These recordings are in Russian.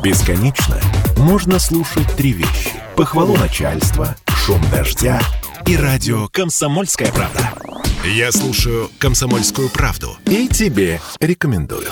Бесконечно можно слушать три вещи: похвалу начальства, шум дождя и радио «Комсомольская правда». Я слушаю «Комсомольскую правду» и тебе рекомендую.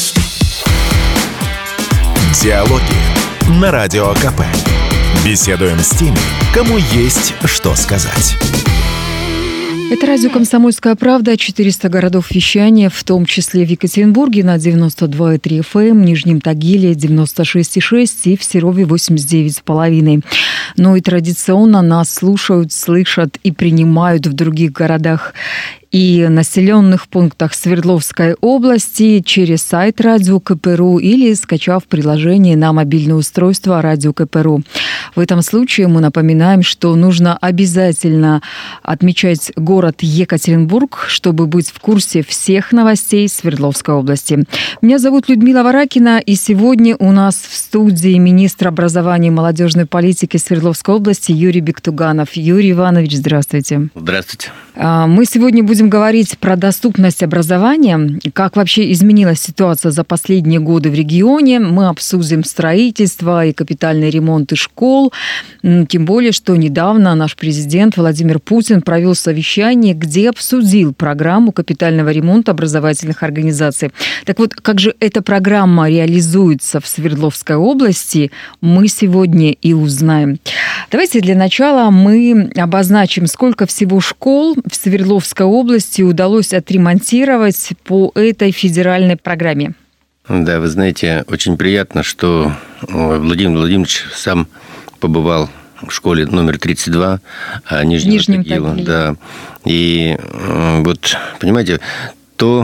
Диалоги на Радио КП. Беседуем с теми, кому есть что сказать. Это радио «Комсомольская правда», 400 городов вещания, в том числе в Екатеринбурге на 92,3 FM, Нижнем Тагиле 96,6 и в Серове 89,5. Ну и традиционно нас слушают, слышат и принимают в других городах и населенных пунктах Свердловской области через сайт Радио КП.ру или скачав приложение на мобильное устройство Радио КП.ру. В этом случае мы напоминаем, что нужно обязательно отмечать город Екатеринбург, чтобы быть в курсе всех новостей Свердловской области. Меня зовут Людмила Варакина, и сегодня у нас в студии министр образования и молодежной политики Свердловской области Юрий Бектуганов. Юрий Иванович, здравствуйте. Здравствуйте. Мы сегодня будем говорить про доступность образования, как вообще изменилась ситуация за последние годы в регионе. Мы обсудим строительство и капитальные ремонты школ. Тем более, что недавно наш президент Владимир Путин провел совещание, где обсудил программу капитального ремонта образовательных организаций. Так вот, как же эта программа реализуется в Свердловской области, мы сегодня и узнаем. Давайте для начала мы обозначим, сколько всего школ в Свердловской области удалось отремонтировать по этой федеральной программе. Да, вы знаете, очень приятно, что Владимир Владимирович сам побывал в школе номер 32 Нижнего Тагила. Да. И вот, понимаете, тот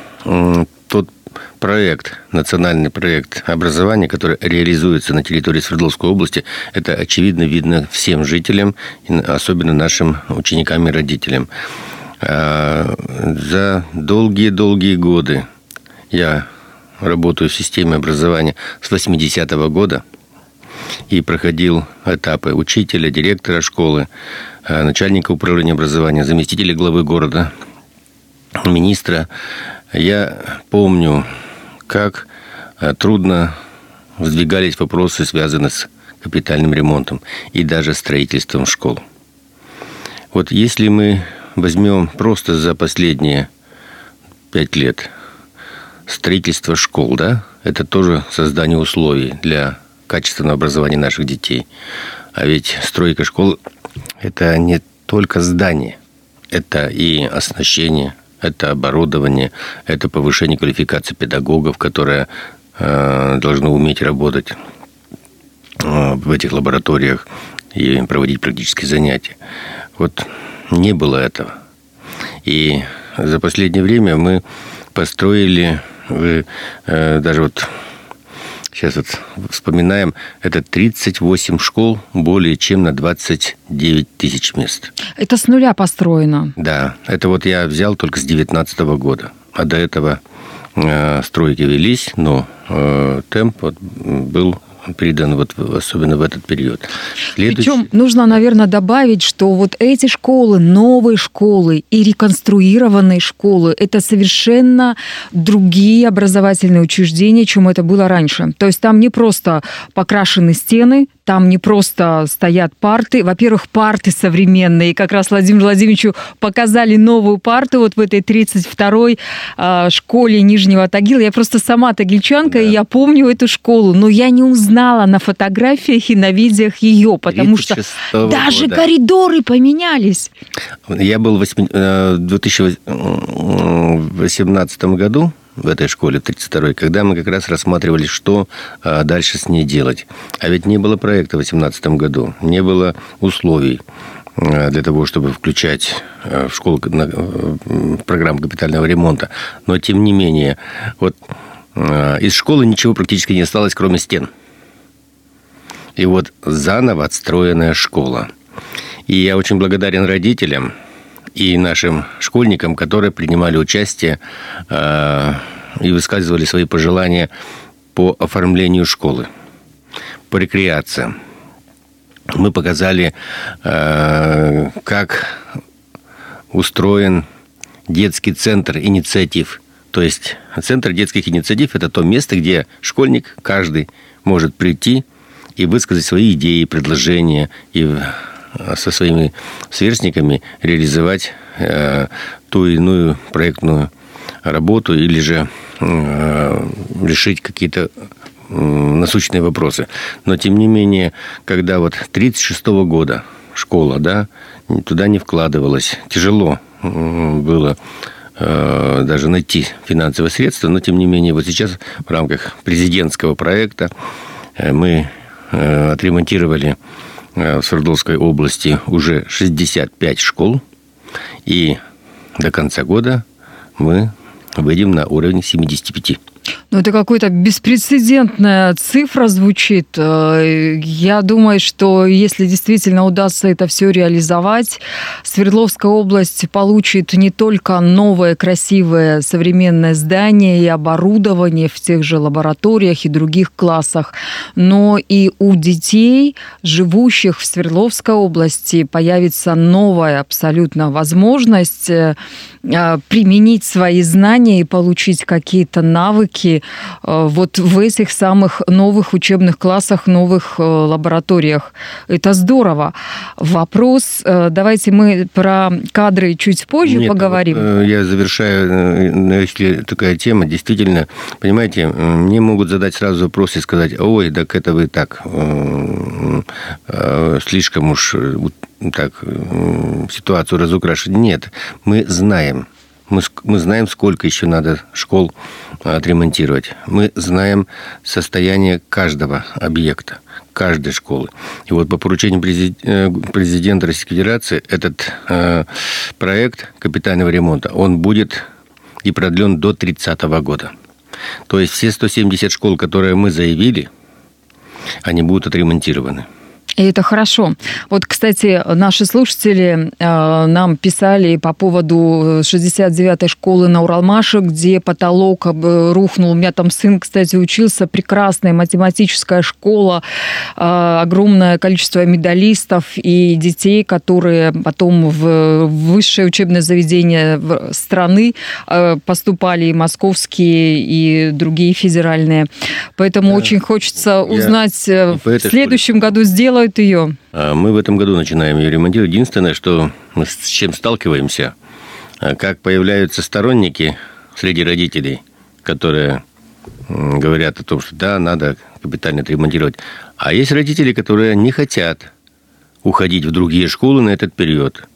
проект, национальный проект образования, который реализуется на территории Свердловской области, это очевидно видно всем жителям, особенно нашим ученикам и родителям. За долгие годы я работаю в системе образования с 80-го года и проходил этапы учителя, директора школы, начальника управления образования, заместителя главы города, министра. Я помню, как трудно сдвигались вопросы, связанные с капитальным ремонтом и даже строительством школ. Вот если мы возьмем просто за последние 5 лет строительство школ, да, это тоже создание условий для качественного образования наших детей. А ведь стройка школ – это не только здание, это и оснащение, это оборудование, это повышение квалификации педагогов, которые должны уметь работать в этих лабораториях и проводить практические занятия. Вот не было этого. И за последнее время мы построили, даже вот сейчас вот вспоминаем, это 38 школ более чем на 29 тысяч мест. Это с нуля построено? Да, это вот я взял только с 2019 года. А до этого стройки велись, но темп вот был придан вот особенно в этот период. Причем нужно, наверное, добавить, что вот эти школы, новые школы и реконструированные школы – это совершенно другие образовательные учреждения, чем это было раньше. То есть там не просто покрашены стены, там не просто стоят парты. Во-первых, парты современные. И как раз Владимиру Владимировичу показали новую парту вот в этой 32-й школе Нижнего Тагила. Я просто сама тагильчанка, да. И я помню эту школу, но я не узнала на фотографиях и на видеох ее, потому что даже коридоры поменялись. Я был в 2018 году в этой школе, 32-й, когда мы как раз рассматривали, что дальше с ней делать. А ведь не было проекта в 2018 году, не было условий для того, чтобы включать в школу программу капитального ремонта. Но, тем не менее, вот из школы ничего практически не осталось, кроме стен. И вот заново отстроенная школа. И я очень благодарен родителям и нашим школьникам, которые принимали участие и высказывали свои пожелания по оформлению школы, по рекреациям. Мы показали, как устроен детский центр инициатив То есть Центр детских инициатив – это то место, где школьник, каждый, может прийти и высказать свои идеи, предложения, и со своими сверстниками реализовать ту или иную проектную работу или же решить какие-то насущные вопросы. Но, тем не менее, когда вот 1936 года школа, да, туда не вкладывалось, тяжело было даже найти финансовые средства, но, тем не менее, вот сейчас в рамках президентского проекта мы отремонтировали в Свердловской области уже 65 школ, и до конца года мы выйдем на уровень 75. Ну, это какая-то беспрецедентная цифра звучит. Я думаю, что если действительно удастся это все реализовать, Свердловская область получит не только новое, красивое, современное здание и оборудование в тех же лабораториях и других классах, но и у детей, живущих в Свердловской области, появится новая абсолютно возможность применить свои знания и получить какие-то навыки вот в этих самых новых учебных классах, новых лабораториях. Это здорово. Вопрос, давайте мы про кадры чуть позже поговорим. Я завершаю, если такая тема, действительно, понимаете, мне могут задать сразу вопрос и сказать: ой, так это вы так, слишком уж так ситуацию разукрашивать. Нет, мы знаем. Мы знаем, сколько еще надо школ отремонтировать. Мы знаем состояние каждого объекта, каждой школы. И вот по поручению президента Российской Федерации этот проект капитального ремонта, он будет и продлен до 30 года. То есть все 170 школ, которые мы заявили, они будут отремонтированы. И это хорошо. Вот, кстати, наши слушатели нам писали по поводу 69-й школы на Уралмаше, где потолок рухнул. У меня там сын, кстати, учился. Прекрасная математическая школа, огромное количество медалистов и детей, которые потом в высшее учебное заведение страны поступали, и московские, и другие федеральные. Поэтому очень хочется узнать, в следующем году сделают ее. Мы в этом году начинаем ее ремонтировать. Единственное, что мы с чем сталкиваемся, как появляются сторонники среди родителей, которые говорят о том, что да, надо капитально отремонтировать. А есть родители, которые не хотят уходить в другие школы на этот период.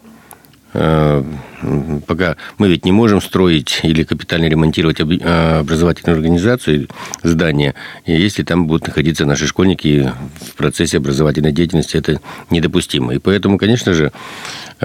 Пока мы ведь не можем строить или капитально ремонтировать образовательную организацию, здание, если там будут находиться наши школьники в процессе образовательной деятельности, это недопустимо. И поэтому, конечно же, и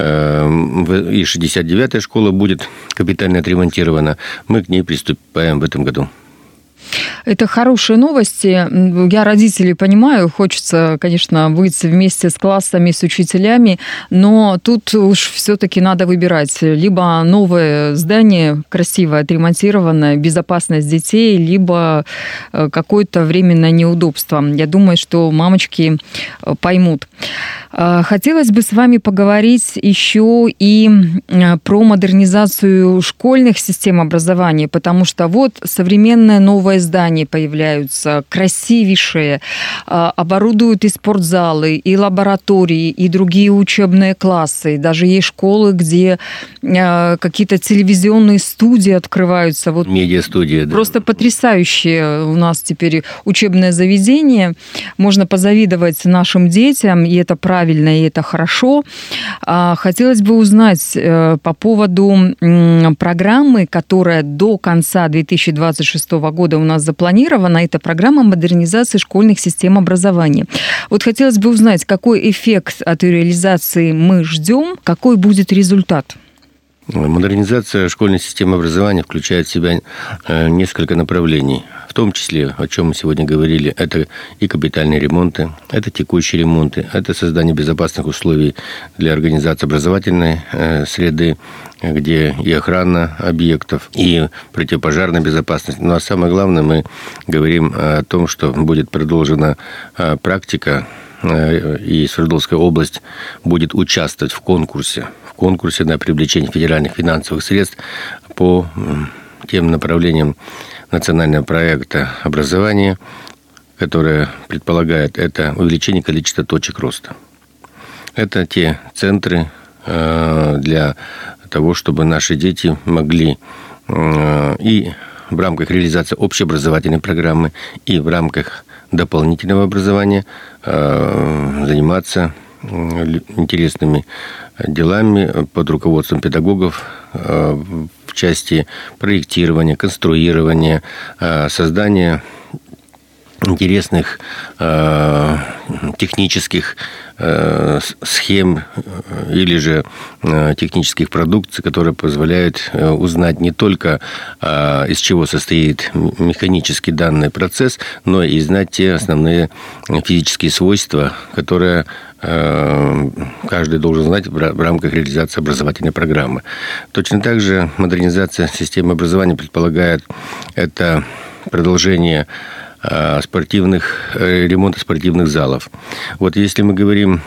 69-я школа будет капитально отремонтирована. Мы к ней приступаем в этом году. Это хорошие новости. Я родителей понимаю, хочется, конечно, быть вместе с классами, с учителями, но тут уж все-таки надо выбирать. Либо новое здание, красивое, отремонтированное, безопасность детей, либо какое-то временное неудобство. Я думаю, что мамочки поймут. Хотелось бы с вами поговорить еще и про модернизацию школьных систем образования, потому что вот современное новое здание появляются, красивейшие, оборудуют и спортзалы, и лаборатории, и другие учебные классы. Даже есть школы, где какие-то телевизионные студии открываются. Вот медиа-студии. Просто потрясающее у нас теперь учебное заведение. Можно позавидовать нашим детям, и это правильно, и это хорошо. Хотелось бы узнать по поводу программы, которая до конца 2026 года у нас запланирована. Это программа модернизации школьных систем образования. Вот хотелось бы узнать, какой эффект от ее реализации мы ждем, какой будет результат? Модернизация школьной системы образования включает в себя несколько направлений. В том числе, о чем мы сегодня говорили, это и капитальные ремонты, это текущие ремонты, это создание безопасных условий для организации образовательной среды, где и охрана объектов, и противопожарная безопасность. Ну, а самое главное, мы говорим о том, что будет продолжена практика, и Свердловская область будет участвовать в конкурсе на привлечение федеральных финансовых средств по тем направлением национального проекта образования, которое предполагает это увеличение количества точек роста. Это те центры для того, чтобы наши дети могли и в рамках реализации общеобразовательной программы, и в рамках дополнительного образования заниматься интересными делами под руководством педагогов в части проектирования, конструирования, создания интересных технических схем или же технических продукций, которые позволяют узнать не только, из чего состоит механически данный процесс, но и знать те основные физические свойства, которые каждый должен знать в рамках реализации образовательной программы. Точно так же модернизация системы образования предполагает это продолжение ремонта спортивных залов. Вот если мы говорим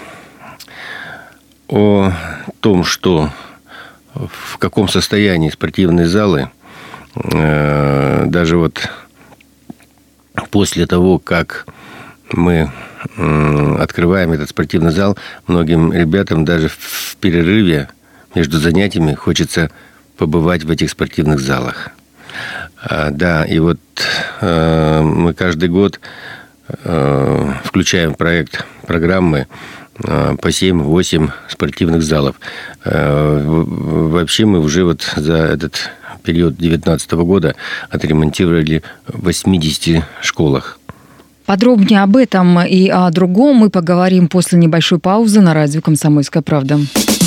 о том, что в каком состоянии спортивные залы, даже вот после того, как мы открываем этот спортивный зал, многим ребятам даже в перерыве между занятиями хочется побывать в этих спортивных залах. Да, и вот мы каждый год включаем в проект программы по 7-8 спортивных залов. Вообще мы уже вот за этот период 2019 года отремонтировали в 80 школах. Подробнее об этом и о другом мы поговорим после небольшой паузы на радио «Комсомольская правда».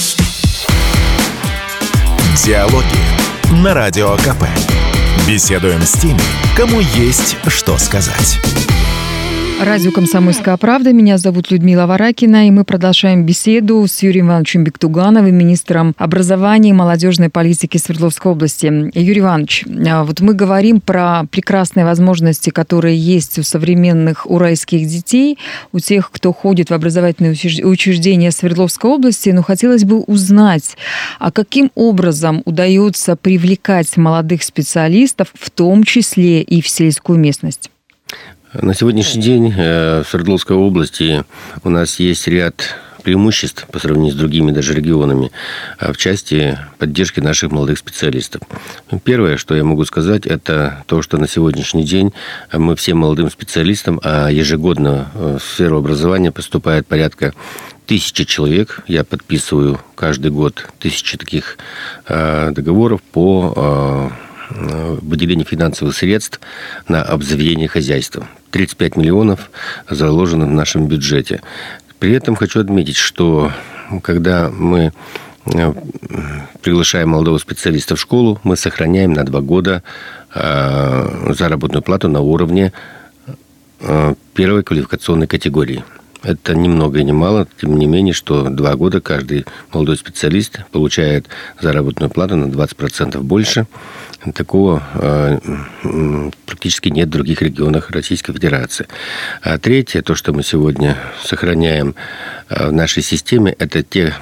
Диалоги на Радио КП. Беседуем с теми, кому есть что сказать. Радио «Комсомольская правда». Меня зовут Людмила Варакина, и мы продолжаем беседу с Юрием Ивановичем Бектугановым, министром образования и молодежной политики Свердловской области. Юрий Иванович, вот мы говорим про прекрасные возможности, которые есть у современных уральских детей, у тех, кто ходит в образовательные учреждения Свердловской области, но хотелось бы узнать, а каким образом удается привлекать молодых специалистов, в том числе и в сельскую местность? На сегодняшний день в Свердловской области у нас есть ряд преимуществ по сравнению с другими даже регионами в части поддержки наших молодых специалистов. Первое, что я могу сказать, это то, что на сегодняшний день мы всем молодым специалистам, а ежегодно в сферу образования поступает порядка 1000 человек. Я подписываю каждый год 1000 таких договоров по выделение финансовых средств на обзаведение хозяйства. 35 миллионов заложено в нашем бюджете. При этом хочу отметить, что когда мы приглашаем молодого специалиста в школу, мы сохраняем на 2 года заработную плату на уровне первой квалификационной категории. Это ни много и ни мало, тем не менее, что 2 года каждый молодой специалист получает заработную плату на 20% больше. Такого практически нет в других регионах Российской Федерации. А третье, то, что мы сегодня сохраняем в нашей системе, это те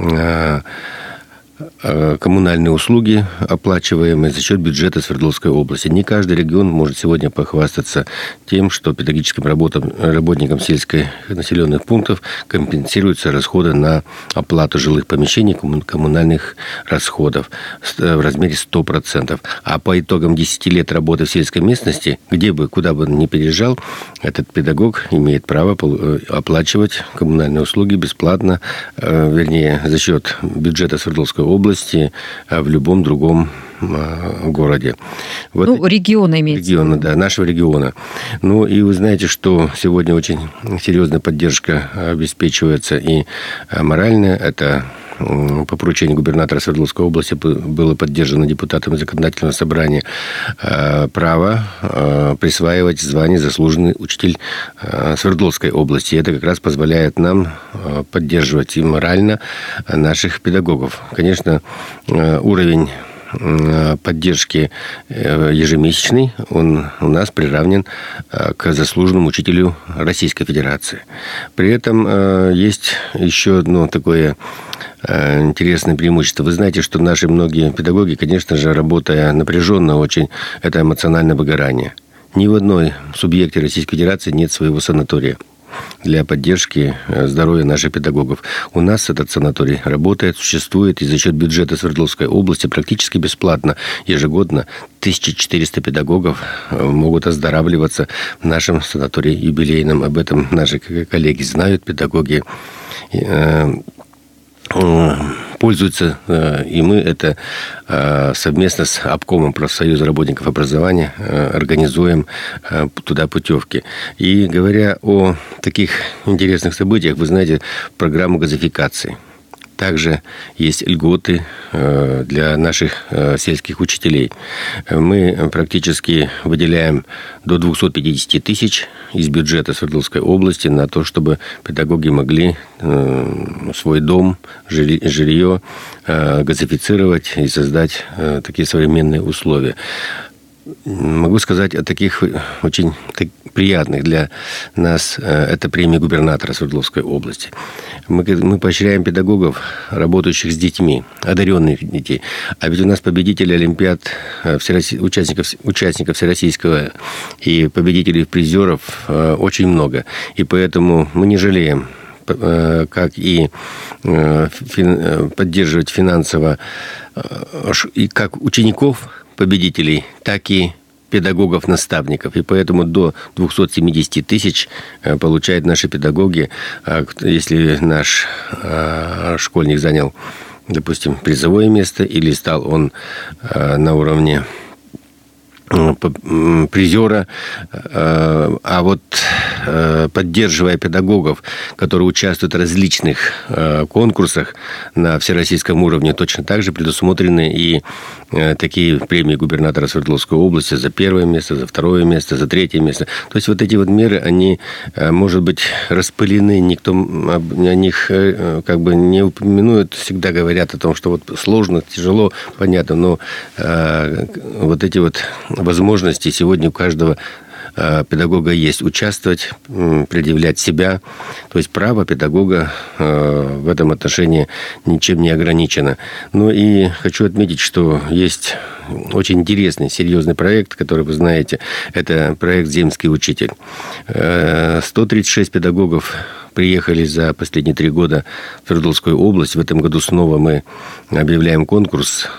коммунальные услуги, оплачиваемые за счет бюджета Свердловской области. Не каждый регион может сегодня похвастаться тем, что педагогическим работникам сельских населенных пунктов компенсируются расходы на оплату жилых помещений, коммунальных расходов в размере 100%. А по итогам 10 лет работы в сельской местности, куда бы он ни переезжал, этот педагог имеет право оплачивать коммунальные услуги бесплатно, вернее, за счет бюджета Свердловской области в любом другом городе. Вот, региона имеется. Региона, да, нашего региона. Ну, и вы знаете, что сегодня очень серьезная поддержка обеспечивается и моральная. Это по поручению губернатора Свердловской области было поддержано депутатами законодательного собрания право присваивать звание «Заслуженный учитель Свердловской области». И это как раз позволяет нам поддерживать и морально наших педагогов. Конечно, уровень поддержки ежемесячный, он у нас приравнен к заслуженному учителю Российской Федерации. При этом есть еще одно такое интересное преимущество. Вы знаете, что наши многие педагоги, конечно же, работая напряженно очень, это эмоциональное выгорание. Ни в одной субъекте Российской Федерации нет своего санатория для поддержки здоровья наших педагогов. У нас этот санаторий работает, существует, и за счет бюджета Свердловской области практически бесплатно ежегодно 1400 педагогов могут оздоравливаться в нашем санатории юбилейном. Об этом наши коллеги знают, педагоги пользуются, и мы это совместно с обкомом профсоюза работников образования организуем туда путевки. И говоря о таких интересных событиях, вы знаете программу газификации. Также есть льготы для наших сельских учителей. Мы практически выделяем до 250 тысяч из бюджета Свердловской области на то, чтобы педагоги могли свой дом, жилье газифицировать и создать такие современные условия. Могу сказать о таких очень приятных для нас. Это премия губернатора Свердловской области. Мы поощряем педагогов, работающих с детьми, одаренных детей. А ведь у нас победители олимпиад, участников всероссийского и победителей призеров очень много. И поэтому мы не жалеем, как и поддерживать финансово и как учеников победителей, так и педагогов-наставников. И поэтому до 270 тысяч получают наши педагоги. Если наш школьник занял, допустим, призовое место или стал он на уровне призера, а вот поддерживая педагогов, которые участвуют в различных конкурсах на всероссийском уровне, точно так же предусмотрены и такие премии губернатора Свердловской области за первое место, за второе место, за третье место. То есть вот эти вот меры, они, может быть, распылены, никто о них как бы не упомянует, всегда говорят о том, что вот сложно, тяжело, понятно, но вот эти вот возможности сегодня у каждого педагога есть участвовать, предъявлять себя. То есть право педагога в этом отношении ничем не ограничено. Ну и хочу отметить, что есть очень интересный, серьезный проект, который вы знаете. Это проект «Земский учитель». 136 педагогов приехали за последние 3 года в Свердловскую область. В этом году снова мы объявляем конкурс.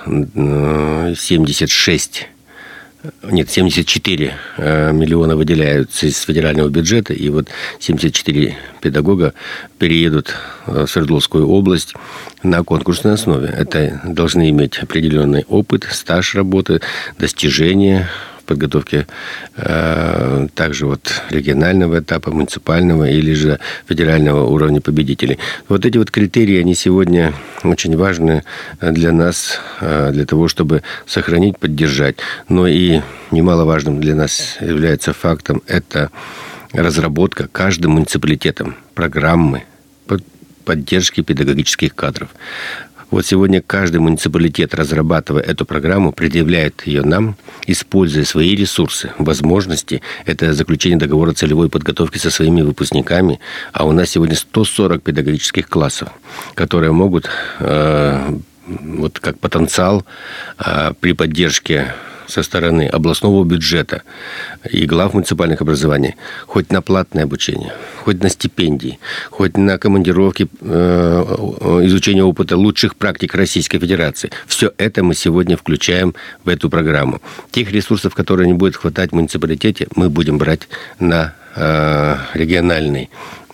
74 миллиона выделяются из федерального бюджета, и вот 74 педагога переедут в Свердловскую область на конкурсной основе. Это должны иметь определенный опыт, стаж работы, достижения в подготовке также вот регионального этапа, муниципального или же федерального уровня победителей. Вот эти вот критерии, они сегодня очень важны для нас, для того, чтобы сохранить, поддержать. Но и немаловажным для нас является фактом это разработка каждым муниципалитетом программы поддержки педагогических кадров. Вот сегодня каждый муниципалитет, разрабатывая эту программу, предъявляет ее нам, используя свои ресурсы, возможности. Это заключение договора целевой подготовки со своими выпускниками. А у нас сегодня 140 педагогических классов, которые могут, вот как потенциал, при поддержке со стороны областного бюджета и глав муниципальных образований хоть на платное обучение, хоть на стипендии, хоть на командировки, изучение опыта лучших практик Российской Федерации. Все это мы сегодня включаем в эту программу. Тех ресурсов, которые не будет хватать в муниципалитете, мы будем брать на региональный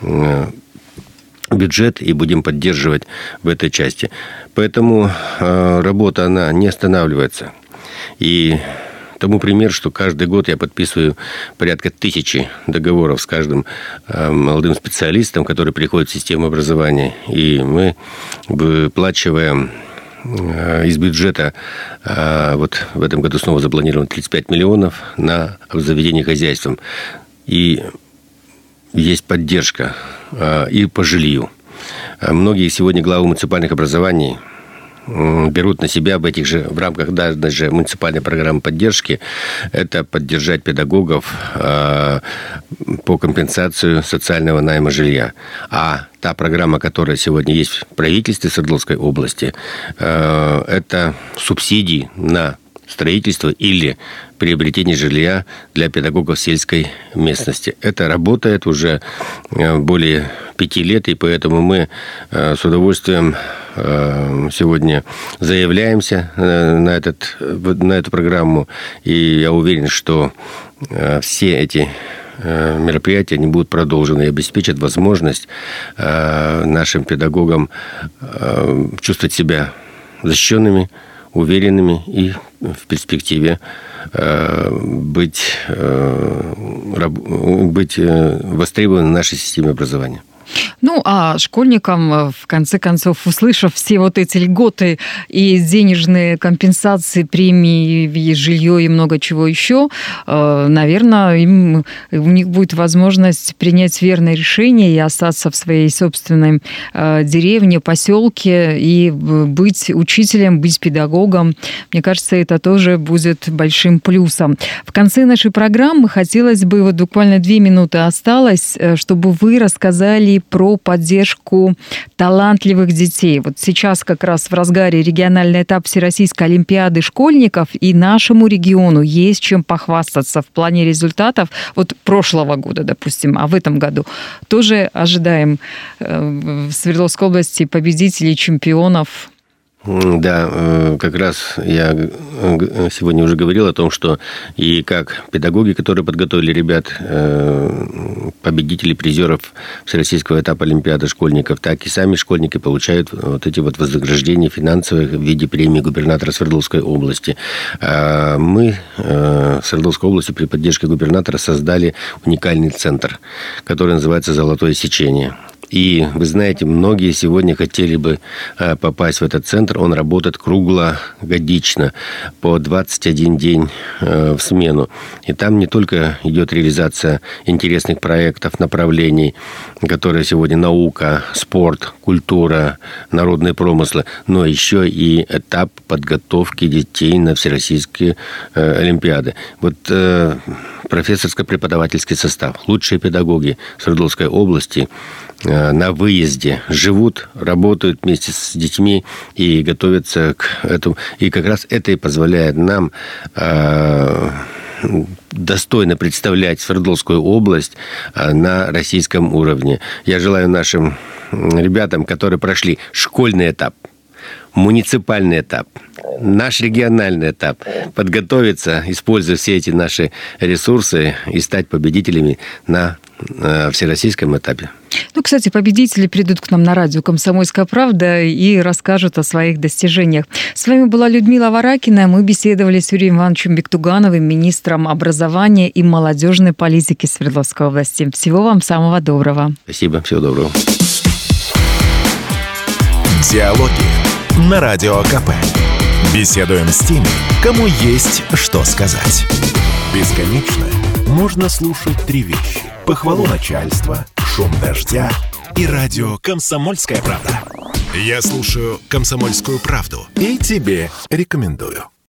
бюджет и будем поддерживать в этой части. Поэтому работа, она не останавливается. И тому пример, что каждый год я подписываю порядка 1000 договоров с каждым молодым специалистом, который приходит в систему образования. И мы выплачиваем из бюджета, вот в этом году снова запланировано 35 миллионов на обзаведение хозяйством. И есть поддержка и по жилью. Многие сегодня главы муниципальных образований берут на себя в этих же, в рамках даже муниципальной программы поддержки, это поддержать педагогов по компенсации социального найма жилья. А та программа, которая сегодня есть в правительстве Свердловской области, это субсидии на строительство или приобретение жилья для педагогов сельской местности. Это работает уже более 5 лет, и поэтому мы с удовольствием сегодня заявляемся на эту программу. И я уверен, что все эти мероприятия они будут продолжены и обеспечат возможность нашим педагогам чувствовать себя защищенными, уверенными и в перспективе быть востребованными в нашей системе образования. Ну, а школьникам, в конце концов, услышав все вот эти льготы и денежные компенсации, премии, и жилье и много чего еще, наверное, у них будет возможность принять верное решение и остаться в своей собственной деревне, поселке и быть учителем, быть педагогом. Мне кажется, это тоже будет большим плюсом. В конце нашей программы хотелось бы, вот буквально 2 минуты осталось, чтобы вы рассказали про поддержку талантливых детей. Вот сейчас как раз в разгаре региональный этап Всероссийской олимпиады школьников, и нашему региону есть чем похвастаться в плане результатов. Вот прошлого года, допустим, а в этом году тоже ожидаем в Свердловской области победителей, чемпионов. Да, как раз я сегодня уже говорил о том, что и как педагоги, которые подготовили ребят, победителей, призеров Всероссийского этапа Олимпиады школьников, так и сами школьники получают вот эти вот вознаграждения финансовые в виде премии губернатора Свердловской области. Мы в Свердловской области при поддержке губернатора создали уникальный центр, который называется «Золотое сечение». И, вы знаете, многие сегодня хотели бы попасть в этот центр. Он работает круглогодично, по 21 день в смену. И там не только идет реализация интересных проектов, направлений, которые сегодня наука, спорт, культура, народные промыслы, но еще и этап подготовки детей на всероссийские олимпиады. Вот профессорско-преподавательский состав, лучшие педагоги Свердловской области на выезде живут, работают вместе с детьми и готовятся к этому. И как раз это и позволяет нам достойно представлять Свердловскую область на российском уровне. Я желаю нашим ребятам, которые прошли школьный этап, муниципальный этап, наш региональный этап, подготовиться, используя все эти наши ресурсы и стать победителями на всероссийском этапе. Ну, кстати, победители придут к нам на радио «Комсомольская правда» и расскажут о своих достижениях. С вами была Людмила Варакина. Мы беседовали с Юрием Ивановичем Бектугановым, министром образования и молодежной политики Свердловской области. Всего вам самого доброго. Спасибо, всего доброго. Диалоги на Радио КП. Беседуем с теми, кому есть что сказать. Бесконечно можно слушать 3 вещи: похвалу начальства, шум дождя и радио «Комсомольская правда». Я слушаю «Комсомольскую правду» и тебе рекомендую.